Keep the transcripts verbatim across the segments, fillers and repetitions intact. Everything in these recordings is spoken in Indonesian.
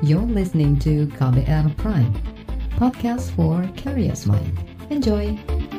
You're listening to K B R Prime, podcast for curious mind. Enjoy!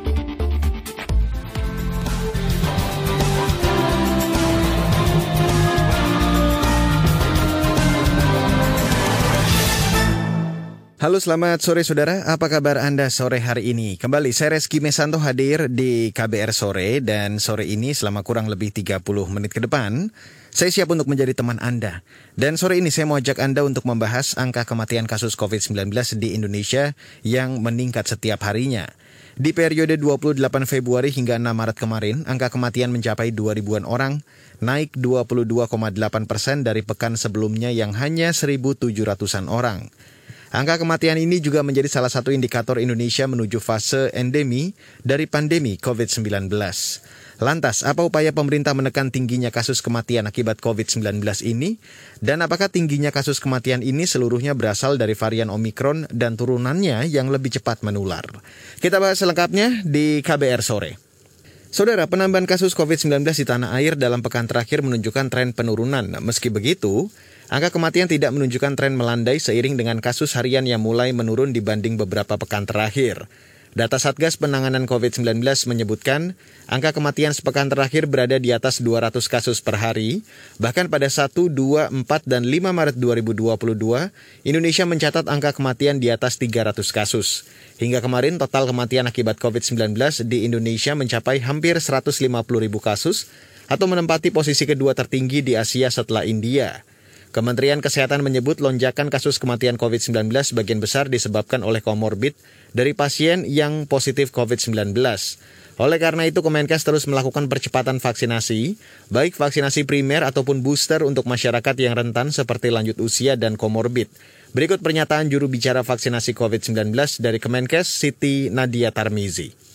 Halo, selamat sore saudara, apa kabar Anda sore hari ini? Kembali saya Reski Mesanto hadir di K B R Sore, dan sore ini selama kurang lebih tiga puluh menit ke depan saya siap untuk menjadi teman Anda. Dan sore ini saya mau ajak Anda untuk membahas angka kematian kasus covid sembilan belas di Indonesia yang meningkat setiap harinya. Di periode dua puluh delapan Februari hingga enam Maret kemarin, angka kematian mencapai dua ribuan orang, naik dua puluh dua koma delapan persen dari pekan sebelumnya yang hanya seribu tujuh ratusan orang. Angka kematian ini juga menjadi salah satu indikator Indonesia menuju fase endemi dari pandemi covid sembilan belas. Lantas, apa upaya pemerintah menekan tingginya kasus kematian akibat covid sembilan belas ini? Dan apakah tingginya kasus kematian ini seluruhnya berasal dari varian Omikron dan turunannya yang lebih cepat menular? Kita bahas selengkapnya di K B R Sore. Saudara, penambahan kasus covid sembilan belas di tanah air dalam pekan terakhir menunjukkan tren penurunan. Meski begitu, angka kematian tidak menunjukkan tren melandai seiring dengan kasus harian yang mulai menurun dibanding beberapa pekan terakhir. Data Satgas Penanganan covid sembilan belas menyebutkan angka kematian sepekan terakhir berada di atas dua ratus kasus per hari. Bahkan pada satu, dua, empat, dan lima Maret dua ribu dua puluh dua, Indonesia mencatat angka kematian di atas tiga ratus kasus. Hingga kemarin total kematian akibat covid sembilan belas di Indonesia mencapai hampir seratus lima puluh ribu kasus atau menempati posisi kedua tertinggi di Asia setelah India. Kementerian Kesehatan menyebut lonjakan kasus kematian covid sembilan belas sebagian besar disebabkan oleh komorbid dari pasien yang positif covid sembilan belas. Oleh karena itu, Kemenkes terus melakukan percepatan vaksinasi, baik vaksinasi primer ataupun booster untuk masyarakat yang rentan seperti lanjut usia dan komorbid. Berikut pernyataan juru bicara vaksinasi covid sembilan belas dari Kemenkes, Siti Nadia Tarmizi.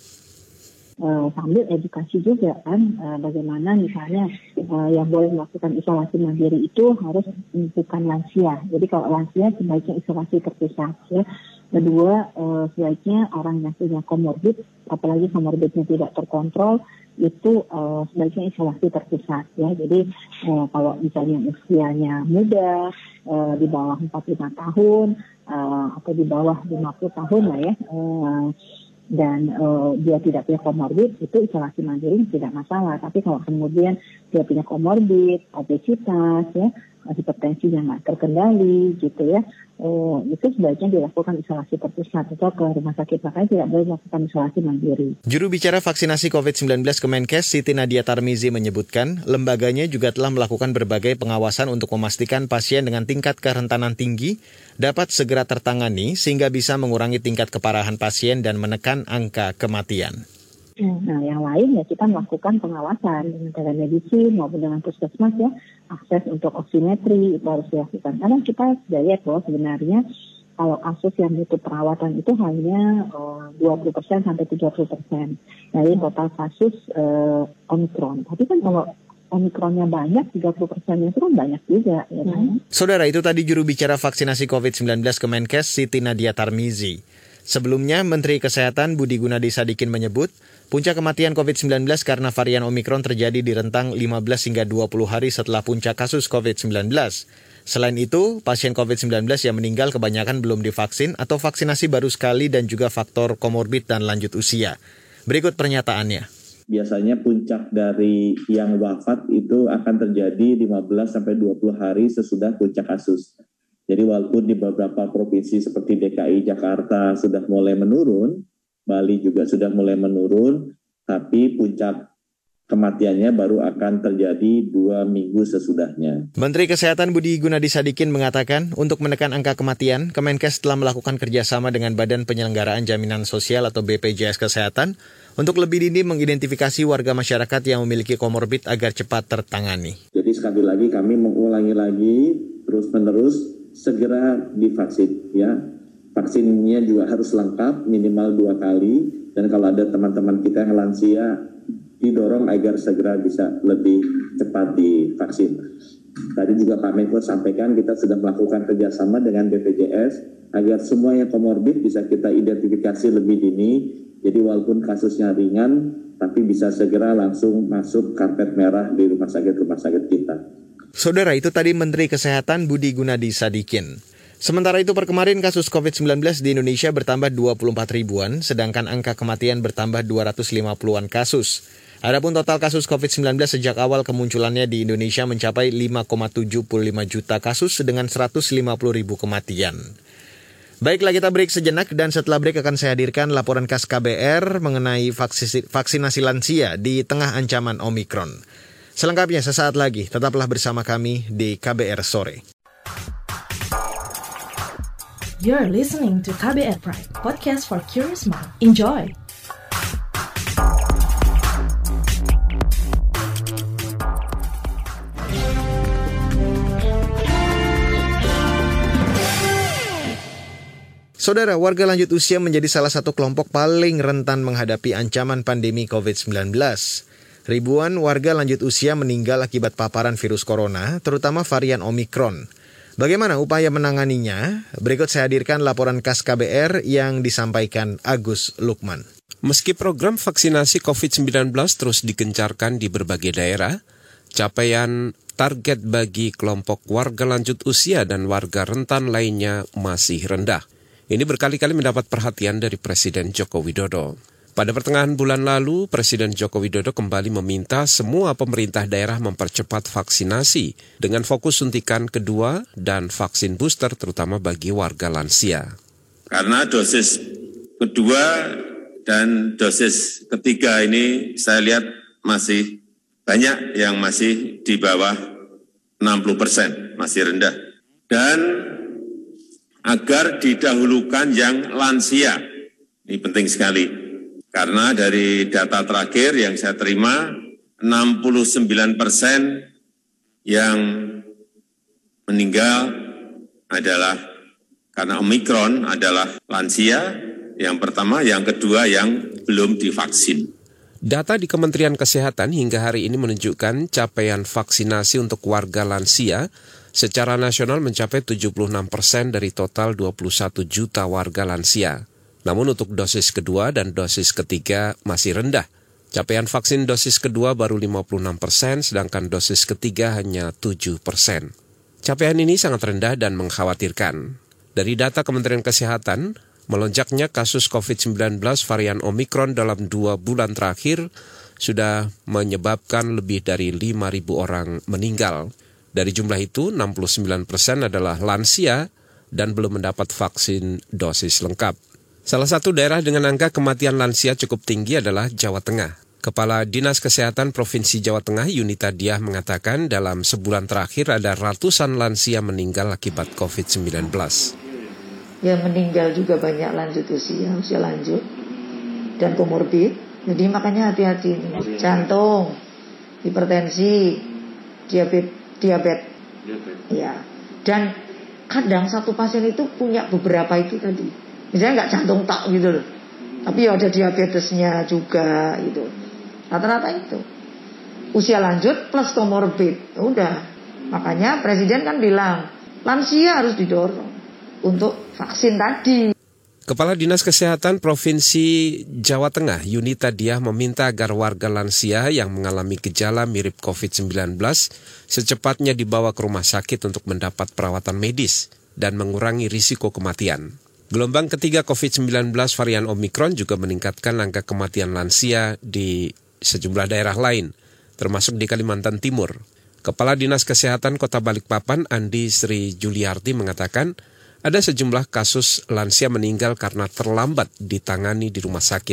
Uh, sambil edukasi juga kan, uh, bagaimana misalnya uh, yang boleh melakukan isolasi mandiri itu harus bukan lansia. Jadi kalau lansia sebaiknya isolasi terpusat ya. Kedua, uh, sebaiknya orang yang punya komorbid, apalagi komorbidnya tidak terkontrol, itu uh, sebaiknya isolasi terpusat ya. Jadi uh, kalau misalnya usianya muda, uh, di bawah empat puluh lima tahun uh, atau di bawah lima puluh tahun lah ya, uh, dan uh, dia tidak punya komorbid, itu isolasi mandiri tidak masalah. Tapi kalau kemudian dia punya komorbid, obesitas, ya, hipertensi yang nggak terkendali, gitu ya, uh, itu sebaiknya dilakukan isolasi terpusat atau ke rumah sakit, makanya tidak boleh melakukan isolasi mandiri. Juru bicara vaksinasi covid sembilan belas Kemenkes, Siti Nadia Tarmizi menyebutkan, lembaganya juga telah melakukan berbagai pengawasan untuk memastikan pasien dengan tingkat kerentanan tinggi dapat segera tertangani sehingga bisa mengurangi tingkat keparahan pasien dan menekan angka kematian. Nah, yang lain ya kita melakukan pengawasan dengan telemedicine maupun dengan puskesmas ya, akses untuk oksimetri itu harus dilakukan. Karena kita sudah lihat bahwa sebenarnya kalau kasus yang butuh perawatan itu hanya uh, dua puluh persen sampai tiga puluh persen dari total kasus uh, Omikron. Tapi kan kalau Omikronnya banyak, tiga puluh persen itu kan banyak juga. Ya kan? Saudara, itu tadi juru bicara vaksinasi covid sembilan belas Kemenkes, Siti Nadia Tarmizi. Sebelumnya, Menteri Kesehatan Budi Gunadi Sadikin menyebut, puncak kematian covid sembilan belas karena varian Omikron terjadi di rentang lima belas hingga dua puluh hari setelah puncak kasus covid sembilan belas. Selain itu, pasien covid sembilan belas yang meninggal kebanyakan belum divaksin atau vaksinasi baru sekali dan juga faktor komorbid dan lanjut usia. Berikut pernyataannya. Biasanya puncak dari yang wafat itu akan terjadi lima belas sampai dua puluh hari sesudah puncak kasus. Jadi walaupun di beberapa provinsi seperti D K I Jakarta sudah mulai menurun, Bali juga sudah mulai menurun, tapi puncak kematiannya baru akan terjadi dua minggu sesudahnya. Menteri Kesehatan Budi Gunadi Sadikin mengatakan, untuk menekan angka kematian, Kemenkes telah melakukan kerjasama dengan Badan Penyelenggaraan Jaminan Sosial atau B P J S Kesehatan untuk lebih dini mengidentifikasi warga masyarakat yang memiliki komorbid agar cepat tertangani. Jadi sekali lagi kami mengulangi lagi terus-menerus segera divaksin ya. Vaksinnya juga harus lengkap minimal dua kali, dan kalau ada teman-teman kita yang lansia didorong agar segera bisa lebih cepat divaksin. Tadi juga Pak Menko sampaikan kita sudah melakukan kerjasama dengan B P J S agar semua yang komorbid bisa kita identifikasi lebih dini. Jadi walaupun kasusnya ringan, tapi bisa segera langsung masuk karpet merah di rumah sakit-rumah sakit kita. Saudara, itu tadi Menteri Kesehatan Budi Gunadi Sadikin. Sementara itu per kemarin kasus covid sembilan belas di Indonesia bertambah dua puluh empat ribuan, sedangkan angka kematian bertambah dua ratus lima puluhan kasus. Adapun total kasus covid sembilan belas sejak awal kemunculannya di Indonesia mencapai lima koma tujuh lima juta kasus dengan seratus lima puluh ribu kematian. Baiklah, kita break sejenak dan setelah break akan saya hadirkan laporan khas K B R mengenai vaksinasi lansia di tengah ancaman Omikron. Selengkapnya sesaat lagi, tetaplah bersama kami di K B R Sore. You're listening to K B R Prime, podcast for curious mind. Enjoy! Saudara, warga lanjut usia menjadi salah satu kelompok paling rentan menghadapi ancaman pandemi covid sembilan belas. Ribuan warga lanjut usia meninggal akibat paparan virus corona, terutama varian Omikron. Bagaimana upaya menanganinya? Berikut saya hadirkan laporan khas K B R yang disampaikan Agus Lukman. Meski program vaksinasi covid sembilan belas terus digencarkan di berbagai daerah, capaian target bagi kelompok warga lanjut usia dan warga rentan lainnya masih rendah. Ini berkali-kali mendapat perhatian dari Presiden Joko Widodo. Pada pertengahan bulan lalu, Presiden Joko Widodo kembali meminta semua pemerintah daerah mempercepat vaksinasi dengan fokus suntikan kedua dan vaksin booster terutama bagi warga lansia. Karena dosis kedua dan dosis ketiga ini saya lihat masih banyak yang masih di bawah enam puluh persen, masih rendah. Dan agar didahulukan yang lansia, ini penting sekali. Karena dari data terakhir yang saya terima, enam puluh sembilan persen yang meninggal adalah karena Omikron adalah lansia, yang pertama, yang kedua yang belum divaksin. Data di Kementerian Kesehatan hingga hari ini menunjukkan capaian vaksinasi untuk warga lansia secara nasional mencapai tujuh puluh enam persen dari total dua puluh satu juta warga lansia. Namun untuk dosis kedua dan dosis ketiga masih rendah. Capaian vaksin dosis kedua baru lima puluh enam persen, sedangkan dosis ketiga hanya tujuh persen. Capaian ini sangat rendah dan mengkhawatirkan. Dari data Kementerian Kesehatan, melonjaknya kasus covid sembilan belas varian Omikron dalam dua bulan terakhir sudah menyebabkan lebih dari lima ribu orang meninggal. Dari jumlah itu, enam puluh sembilan persen adalah lansia dan belum mendapat vaksin dosis lengkap. Salah satu daerah dengan angka kematian lansia cukup tinggi adalah Jawa Tengah. Kepala Dinas Kesehatan Provinsi Jawa Tengah, Yunita Diah, mengatakan dalam sebulan terakhir ada ratusan lansia meninggal akibat covid sembilan belas. Yang meninggal juga banyak lanjut usia, usia lanjut, dan komorbid. Jadi makanya hati-hati ini. Jantung, hipertensi, diabetes, diabetes. Ya. Dan kadang satu pasien itu punya beberapa itu tadi. Misalnya nggak jantung tak gitu loh, tapi ya ada diabetesnya juga gitu. Rata-rata itu usia lanjut plus komorbid. Udah, makanya Presiden kan bilang lansia harus didorong untuk vaksin tadi. Kepala Dinas Kesehatan Provinsi Jawa Tengah, Yunita Diah, meminta agar warga lansia yang mengalami gejala mirip covid sembilan belas secepatnya dibawa ke rumah sakit untuk mendapat perawatan medis dan mengurangi risiko kematian. Gelombang ketiga covid sembilan belas varian Omikron juga meningkatkan angka kematian lansia di sejumlah daerah lain, termasuk di Kalimantan Timur. Kepala Dinas Kesehatan Kota Balikpapan, Andi Sri Juliarti, mengatakan ada sejumlah kasus lansia meninggal karena terlambat ditangani di rumah sakit.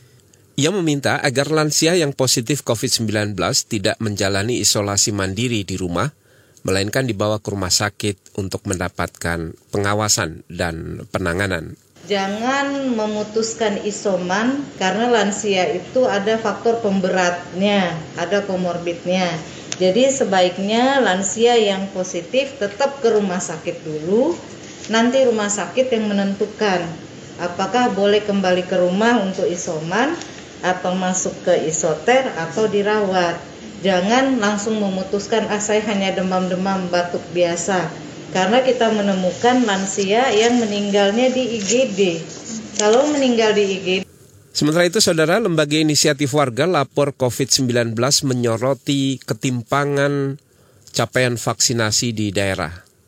Ia meminta agar lansia yang positif covid sembilan belas tidak menjalani isolasi mandiri di rumah, melainkan dibawa ke rumah sakit untuk mendapatkan pengawasan dan penanganan. Jangan memutuskan isoman karena lansia itu ada faktor pemberatnya, ada komorbidnya. Jadi sebaiknya lansia yang positif tetap ke rumah sakit dulu, nanti rumah sakit yang menentukan apakah boleh kembali ke rumah untuk isoman atau masuk ke isoter atau dirawat. Jangan langsung memutuskan, ah saya hanya demam-demam batuk biasa. Karena kita menemukan lansia yang meninggalnya di I G D. Kalau meninggal di I G D. Sementara itu, Saudara, Lembaga Inisiatif Warga Lapor covid sembilan belas menyoroti ketimpangan capaian vaksinasi di daerah.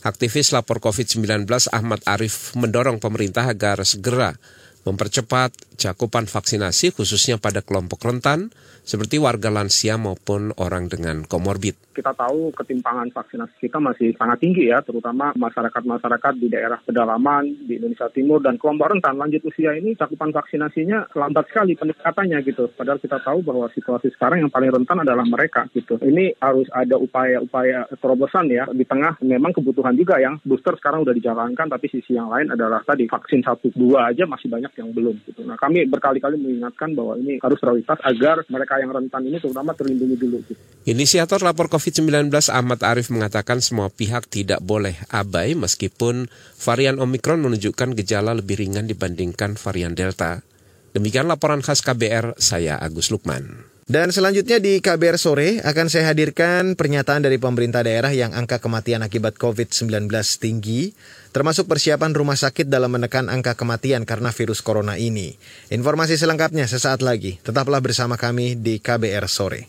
Aktivis lapor covid sembilan belas Ahmad Arif mendorong pemerintah agar segera mempercepat cakupan vaksinasi khususnya pada kelompok rentan seperti warga lansia maupun orang dengan komorbid. Kita tahu ketimpangan vaksinasi kita masih sangat tinggi ya, terutama masyarakat-masyarakat di daerah pedalaman, di Indonesia Timur, dan kelompok rentan lanjut usia ini cakupan vaksinasinya lambat sekali peningkatannya gitu. Padahal kita tahu bahwa situasi sekarang yang paling rentan adalah mereka gitu. Ini harus ada upaya-upaya terobosan ya. Di tengah memang kebutuhan juga yang booster sekarang udah dijalankan, tapi sisi yang lain adalah tadi vaksin satu dua aja masih banyak yang belum gitu. Nah kami berkali-kali mengingatkan bahwa ini harus prioritas agar mereka yang rentan ini terutama terlindungi dulu gitu. Inisiator lapor covid sembilan belas Ahmad Arif mengatakan semua pihak tidak boleh abai meskipun varian Omikron menunjukkan gejala lebih ringan dibandingkan varian Delta. Demikian laporan khas K B R, saya Agus Lukman. Dan selanjutnya di K B R Sore akan saya hadirkan pernyataan dari pemerintah daerah yang angka kematian akibat covid sembilan belas tinggi, termasuk persiapan rumah sakit dalam menekan angka kematian karena virus corona ini. Informasi selengkapnya sesaat lagi. Tetaplah bersama kami di K B R Sore.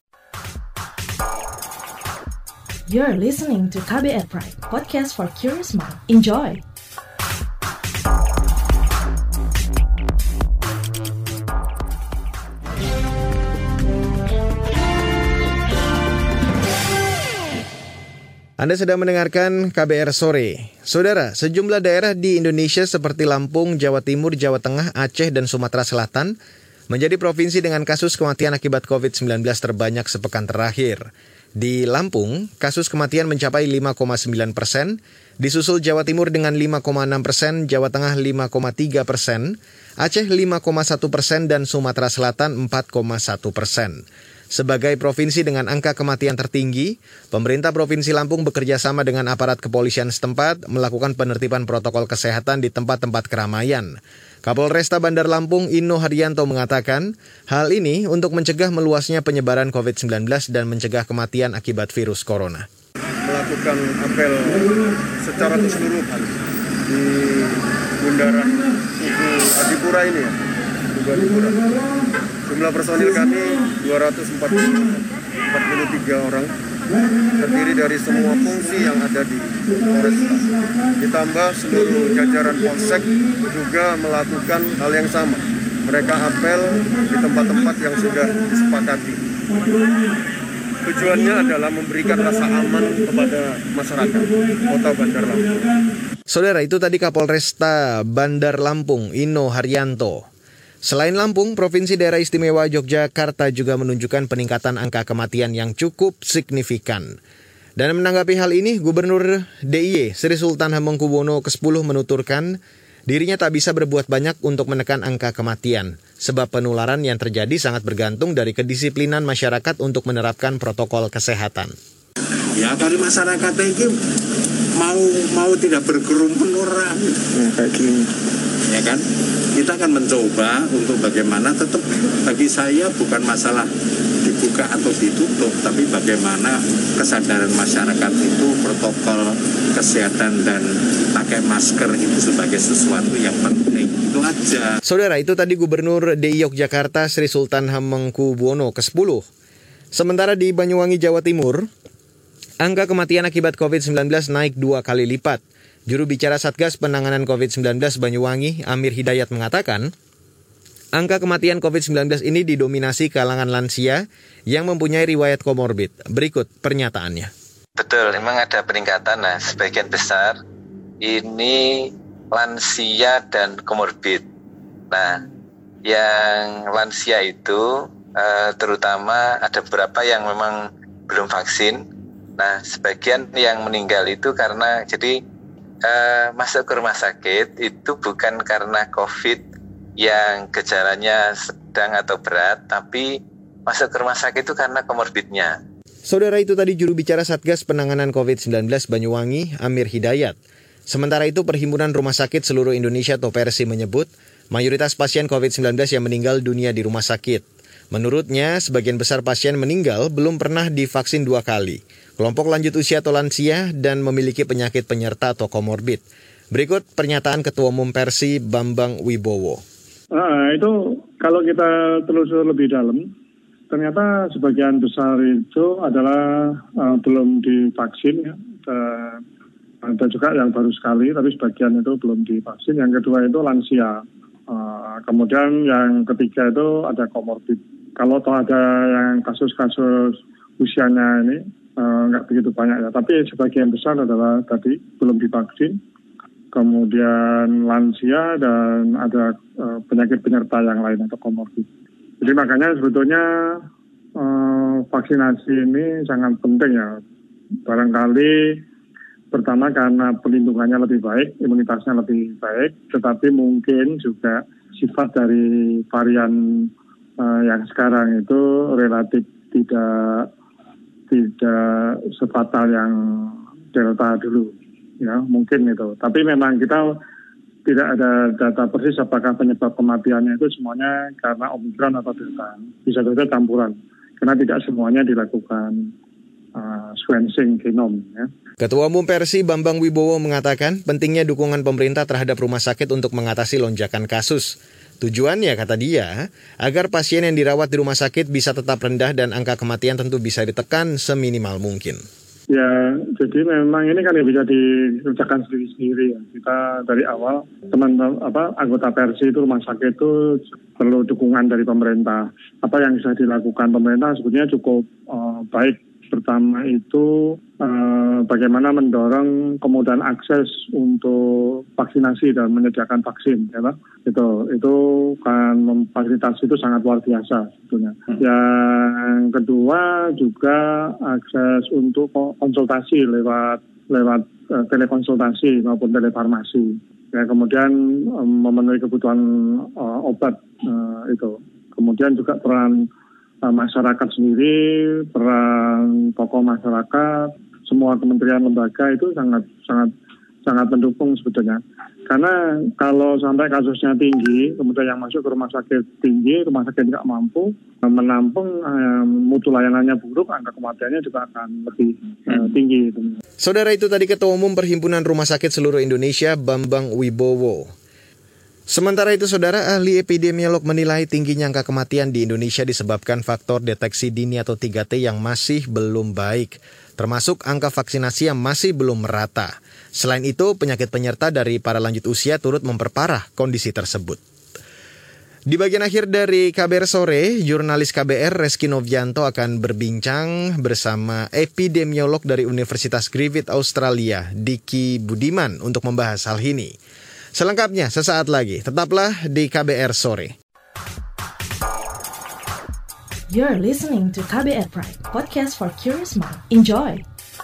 You're listening to K B R Pride, podcast for curious mind. Enjoy! Anda sedang mendengarkan K B R Sore. Saudara, sejumlah daerah di Indonesia seperti Lampung, Jawa Timur, Jawa Tengah, Aceh, dan Sumatera Selatan menjadi provinsi dengan kasus kematian akibat covid sembilan belas terbanyak sepekan terakhir. Di Lampung, kasus kematian mencapai lima koma sembilan persen, disusul Jawa Timur dengan lima koma enam persen, Jawa Tengah lima koma tiga persen, Aceh lima koma satu persen, dan Sumatera Selatan empat koma satu persen. Sebagai provinsi dengan angka kematian tertinggi, pemerintah Provinsi Lampung bekerja sama dengan aparat kepolisian setempat melakukan penertiban protokol kesehatan di tempat-tempat keramaian. Kapolresta Bandar Lampung Inno Haryanto mengatakan, hal ini untuk mencegah meluasnya penyebaran covid sembilan belas dan mencegah kematian akibat virus corona. Melakukan apel secara keseluruhan di bundaran Tugu Adipura ini ya, Tugu Adipura. Jumlah personil kami dua ratus empat puluh tiga orang, terdiri dari semua fungsi yang ada di Polresta. Ditambah seluruh jajaran Polsek juga melakukan hal yang sama. Mereka apel di tempat-tempat yang sudah disepakati. Tujuannya adalah memberikan rasa aman kepada masyarakat Kota Bandar Lampung. Saudara, itu tadi Kapolresta Bandar Lampung Inno Haryanto. Selain Lampung, Provinsi Daerah Istimewa Yogyakarta juga menunjukkan peningkatan angka kematian yang cukup signifikan. Dan menanggapi hal ini, Gubernur D I Y Sri Sultan Hamengkubuwono kesepuluh menuturkan dirinya tak bisa berbuat banyak untuk menekan angka kematian, sebab penularan yang terjadi sangat bergantung dari kedisiplinan masyarakat untuk menerapkan protokol kesehatan. Ya, kalau masyarakat ini mau mau tidak berkerumun orang, ya, kayak gini, ya kan? Kita akan mencoba untuk bagaimana tetap, bagi saya bukan masalah dibuka atau ditutup, tapi bagaimana kesadaran masyarakat itu protokol kesehatan dan pakai masker itu sebagai sesuatu yang penting. Itu aja. Saudara, itu tadi Gubernur D I Y Yogyakarta Sri Sultan Hamengkubuwono kesepuluh. Sementara di Banyuwangi, Jawa Timur, angka kematian akibat covid sembilan belas naik dua kali lipat. Juru bicara Satgas Penanganan covid sembilan belas Banyuwangi, Amir Hidayat mengatakan, angka kematian covid sembilan belas ini didominasi kalangan lansia yang mempunyai riwayat komorbid. Berikut pernyataannya. Betul, memang ada peningkatan. Nah, sebagian besar ini lansia dan komorbid. Nah, yang lansia itu eh, terutama ada beberapa yang memang belum vaksin. Nah, sebagian yang meninggal itu karena jadi Uh, masuk ke rumah sakit itu bukan karena COVID yang gejalanya sedang atau berat, tapi masuk ke rumah sakit itu karena komorbidnya. Saudara, itu tadi juru bicara Satgas Penanganan covid sembilan belas Banyuwangi, Amir Hidayat. Sementara itu, Perhimpunan Rumah Sakit Seluruh Indonesia atau Persi menyebut mayoritas pasien covid sembilan belas yang meninggal dunia di rumah sakit. Menurutnya, sebagian besar pasien meninggal belum pernah divaksin dua kali, kelompok lanjut usia atau lansia, dan memiliki penyakit penyerta atau komorbid. Berikut pernyataan Ketua Umum Persi Bambang Wibowo. Nah, itu kalau kita telusur lebih dalam, ternyata sebagian besar itu adalah uh, belum divaksin. Ya. Uh, Ada juga yang baru sekali, tapi sebagian itu belum divaksin. Yang kedua itu lansia. Uh, kemudian yang ketiga itu ada komorbid. Kalau toh ada yang kasus-kasus usianya ini nggak uh, begitu banyak ya, tapi sebagian besar adalah tadi belum divaksin. Kemudian lansia dan ada uh, penyakit penyerta yang lain atau komorbid. Jadi makanya sebetulnya uh, vaksinasi ini sangat penting ya. Barangkali pertama karena perlindungannya lebih baik, imunitasnya lebih baik, tetapi mungkin juga sifat dari varian uh, yang sekarang itu relatif tidak tidak sefatal yang Delta dulu, ya mungkin itu. Tapi memang kita tidak ada data persis apakah penyebab kematiannya itu semuanya karena Omikron atau Delta. Bisa saja campuran, karena tidak semuanya dilakukan uh, sequencing genom, ya. Ketua Umum Persi Bambang Wibowo mengatakan pentingnya dukungan pemerintah terhadap rumah sakit untuk mengatasi lonjakan kasus. Tujuannya, kata dia, agar pasien yang dirawat di rumah sakit bisa tetap rendah dan angka kematian tentu bisa ditekan seminimal mungkin. Ya, jadi memang ini kan bisa dikerjakan sendiri-sendiri ya. Kita dari awal teman-teman apa anggota Persi itu rumah sakit itu perlu dukungan dari pemerintah. Apa yang bisa dilakukan pemerintah sebetulnya cukup uh, baik. Pertama itu eh, bagaimana mendorong kemudahan akses untuk vaksinasi dan menyediakan vaksin, ya Pak. Itu itu kan memfasilitasi itu sangat luar biasa sebetulnya. Hmm. Yang kedua juga akses untuk konsultasi lewat lewat eh, telekonsultasi maupun telefarmasi. Ya, kemudian eh, memenuhi kebutuhan eh, obat eh, itu. Kemudian juga peran masyarakat sendiri, peran tokoh masyarakat, semua kementerian lembaga itu sangat sangat sangat mendukung sebetulnya. Karena kalau sampai kasusnya tinggi, kemudian yang masuk ke rumah sakit tinggi, rumah sakit tidak mampu menampung, eh, mutu layanannya buruk, angka kematiannya juga akan lebih eh, tinggi. Saudara, itu tadi Ketua Umum Perhimpunan Rumah Sakit Seluruh Indonesia Bambang Wibowo. Sementara itu, saudara, ahli epidemiolog menilai tingginya angka kematian di Indonesia disebabkan faktor deteksi dini atau tiga T yang masih belum baik, termasuk angka vaksinasi yang masih belum merata. Selain itu, penyakit penyerta dari para lanjut usia turut memperparah kondisi tersebut. Di bagian akhir dari K B R Sore, jurnalis K B R Reski Novianto akan berbincang bersama epidemiolog dari Universitas Griffith Australia, Diki Budiman, untuk membahas hal ini. Selengkapnya sesaat lagi, tetaplah di K B R Sore. You're listening to K B R Pride, podcast for curious mind. Enjoy!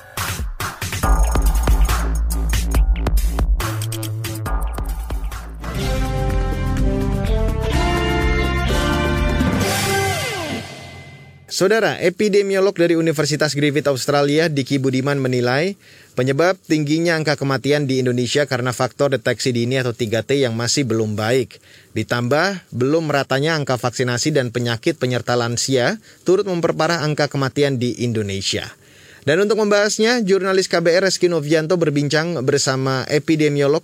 Saudara, epidemiolog dari Universitas Griffith Australia, Diki Budiman, menilai penyebab tingginya angka kematian di Indonesia karena faktor deteksi dini atau tiga T yang masih belum baik. Ditambah belum meratanya angka vaksinasi dan penyakit penyerta lansia turut memperparah angka kematian di Indonesia. Dan untuk membahasnya, jurnalis K B R Reski Novianto berbincang bersama epidemiolog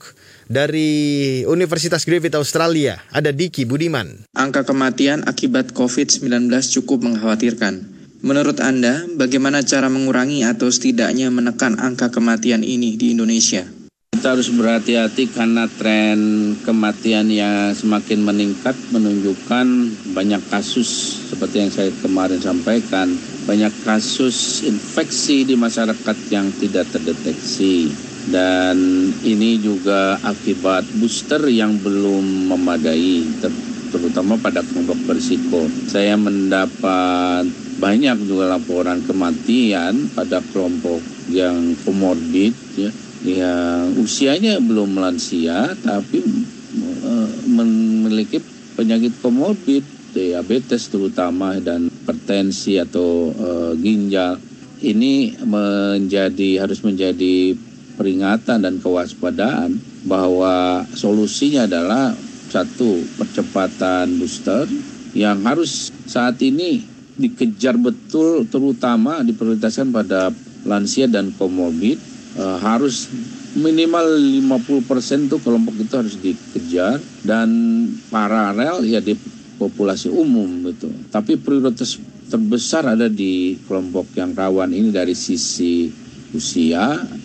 dari Universitas Griffith Australia, ada Diki Budiman. Angka kematian akibat covid sembilan belas cukup mengkhawatirkan. Menurut Anda, bagaimana cara mengurangi atau setidaknya menekan angka kematian ini di Indonesia? Kita harus berhati-hati karena tren kematian yang semakin meningkat menunjukkan banyak kasus seperti yang saya kemarin sampaikan, banyak kasus infeksi di masyarakat yang tidak terdeteksi. Dan ini juga akibat booster yang belum memadai, ter- terutama pada kelompok berisiko. Saya mendapat banyak juga laporan kematian pada kelompok yang komorbid, ya, yang usianya belum lansia tapi uh, memiliki penyakit komorbid, diabetes terutama, dan hipertensi atau uh, ginjal. Ini menjadi harus menjadi peringatan dan kewaspadaan bahwa solusinya adalah satu, percepatan booster yang harus saat ini dikejar betul, terutama diprioritaskan pada lansia dan komorbid. E, harus minimal lima puluh persen tuh kelompok itu harus dikejar, dan paralel ya di populasi umum gitu. Tapi prioritas terbesar ada di kelompok yang rawan ini dari sisi usia,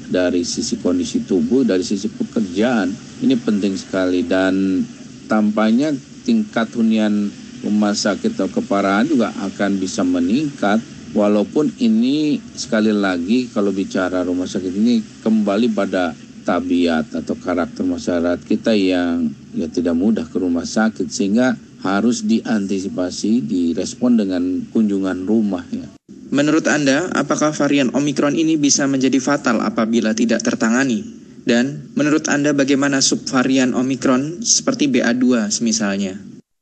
dari sisi kondisi tubuh, dari sisi pekerjaan. Ini penting sekali dan tampaknya tingkat hunian rumah sakit atau keparahan juga akan bisa meningkat. Walaupun ini sekali lagi kalau bicara rumah sakit ini kembali pada tabiat atau karakter masyarakat kita yang ya tidak mudah ke rumah sakit sehingga harus diantisipasi, direspon dengan kunjungan rumah ya. Menurut Anda, apakah varian Omikron ini bisa menjadi fatal apabila tidak tertangani? Dan menurut Anda bagaimana subvarian Omikron seperti B A dua misalnya?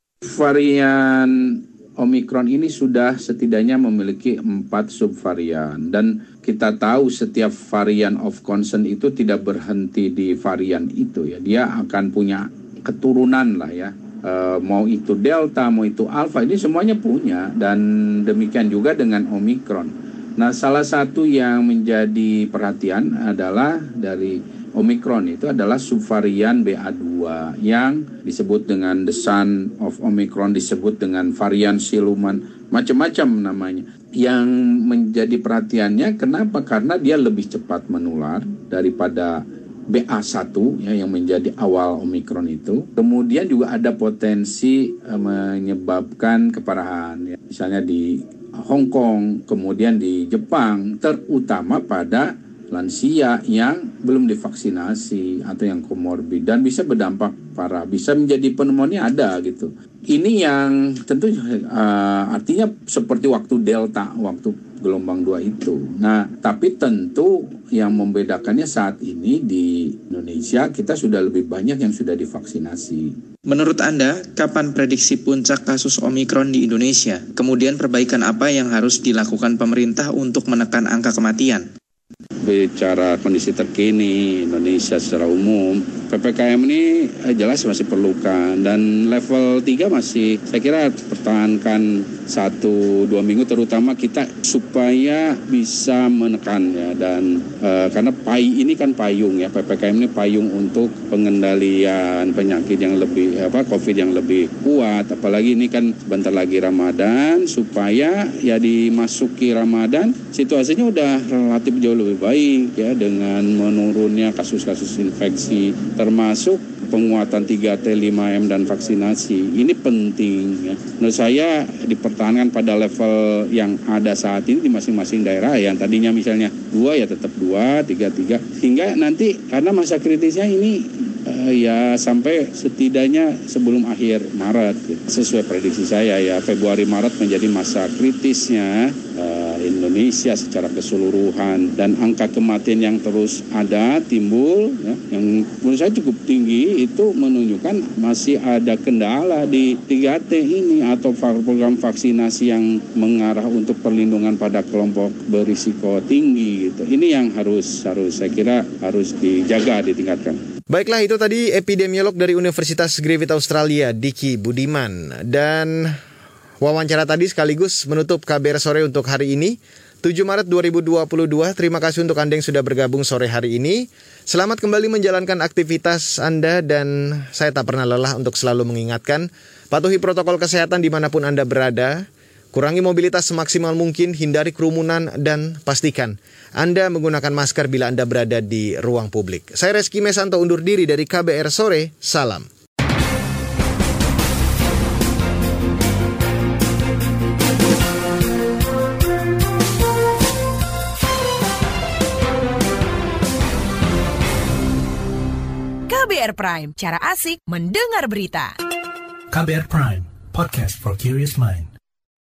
Varian Omikron ini sudah setidaknya memiliki empat subvarian dan kita tahu setiap varian of concern itu tidak berhenti di varian itu ya. Dia akan punya keturunan lah ya. E, mau itu Delta, mau itu Alpha, ini semuanya punya dan demikian juga dengan Omikron. Nah, salah satu yang menjadi perhatian adalah dari Omikron itu adalah subvarian B A dua yang disebut dengan the son of Omikron, disebut dengan varian siluman, macam-macam namanya. Yang menjadi perhatiannya kenapa? Karena dia lebih cepat menular daripada B A satu ya, yang menjadi awal Omikron itu. Kemudian juga ada potensi eh, menyebabkan keparahan ya. Misalnya di Hong Kong, kemudian di Jepang, terutama pada lansia yang belum divaksinasi atau yang komorbid dan bisa berdampak parah, bisa menjadi pneumonia ada gitu. Ini yang tentu uh, artinya seperti waktu Delta, waktu gelombang dua itu. Nah, tapi tentu yang membedakannya saat ini di Indonesia kita sudah lebih banyak yang sudah divaksinasi. Menurut Anda, kapan prediksi puncak kasus Omikron di Indonesia? Kemudian perbaikan apa yang harus dilakukan pemerintah untuk menekan angka kematian? Bicara kondisi terkini Indonesia secara umum, P P K M ini jelas masih perlukan dan level tiga masih saya kira pertahankan satu dua minggu terutama kita supaya bisa menekan ya dan e, karena pai ini kan payung ya, P P K M ini payung untuk pengendalian penyakit yang lebih apa Covid yang lebih kuat, apalagi ini kan bentar lagi Ramadan, supaya ya dimasuki Ramadan situasinya udah relatif jauh lebih baik ya dengan menurunnya kasus-kasus infeksi termasuk penguatan tiga T, lima M dan vaksinasi. Ini penting ya. Menurut saya dipertahankan pada level yang ada saat ini di masing-masing daerah yang tadinya misalnya dua ya tetap dua, tiga, tiga. Hingga nanti karena masa kritisnya ini uh, ya sampai setidaknya sebelum akhir Maret. Ya. Sesuai prediksi saya ya Februari Maret menjadi masa kritisnya uh, Indonesia secara keseluruhan dan angka kematian yang terus ada timbul ya, yang menurut saya cukup tinggi itu menunjukkan masih ada kendala di tiga T ini atau program vaksinasi yang mengarah untuk perlindungan pada kelompok berisiko tinggi gitu. Ini yang harus harus saya kira harus dijaga, ditingkatkan. Baiklah, itu tadi epidemiolog dari Universitas Griffith Australia Diki Budiman, dan wawancara tadi sekaligus menutup K B R Sore untuk hari ini tujuh Maret dua ribu dua puluh dua. Terima kasih untuk Anda yang sudah bergabung sore hari ini. Selamat kembali menjalankan aktivitas Anda dan saya tak pernah lelah untuk selalu mengingatkan, patuhi protokol kesehatan dimanapun Anda berada, kurangi mobilitas semaksimal mungkin, hindari kerumunan, dan pastikan Anda menggunakan masker bila Anda berada di ruang publik. Saya Reski Mesanto undur diri dari K B R Sore, salam. K B R Prime, cara asik mendengar berita. K B R Prime, podcast for curious mind.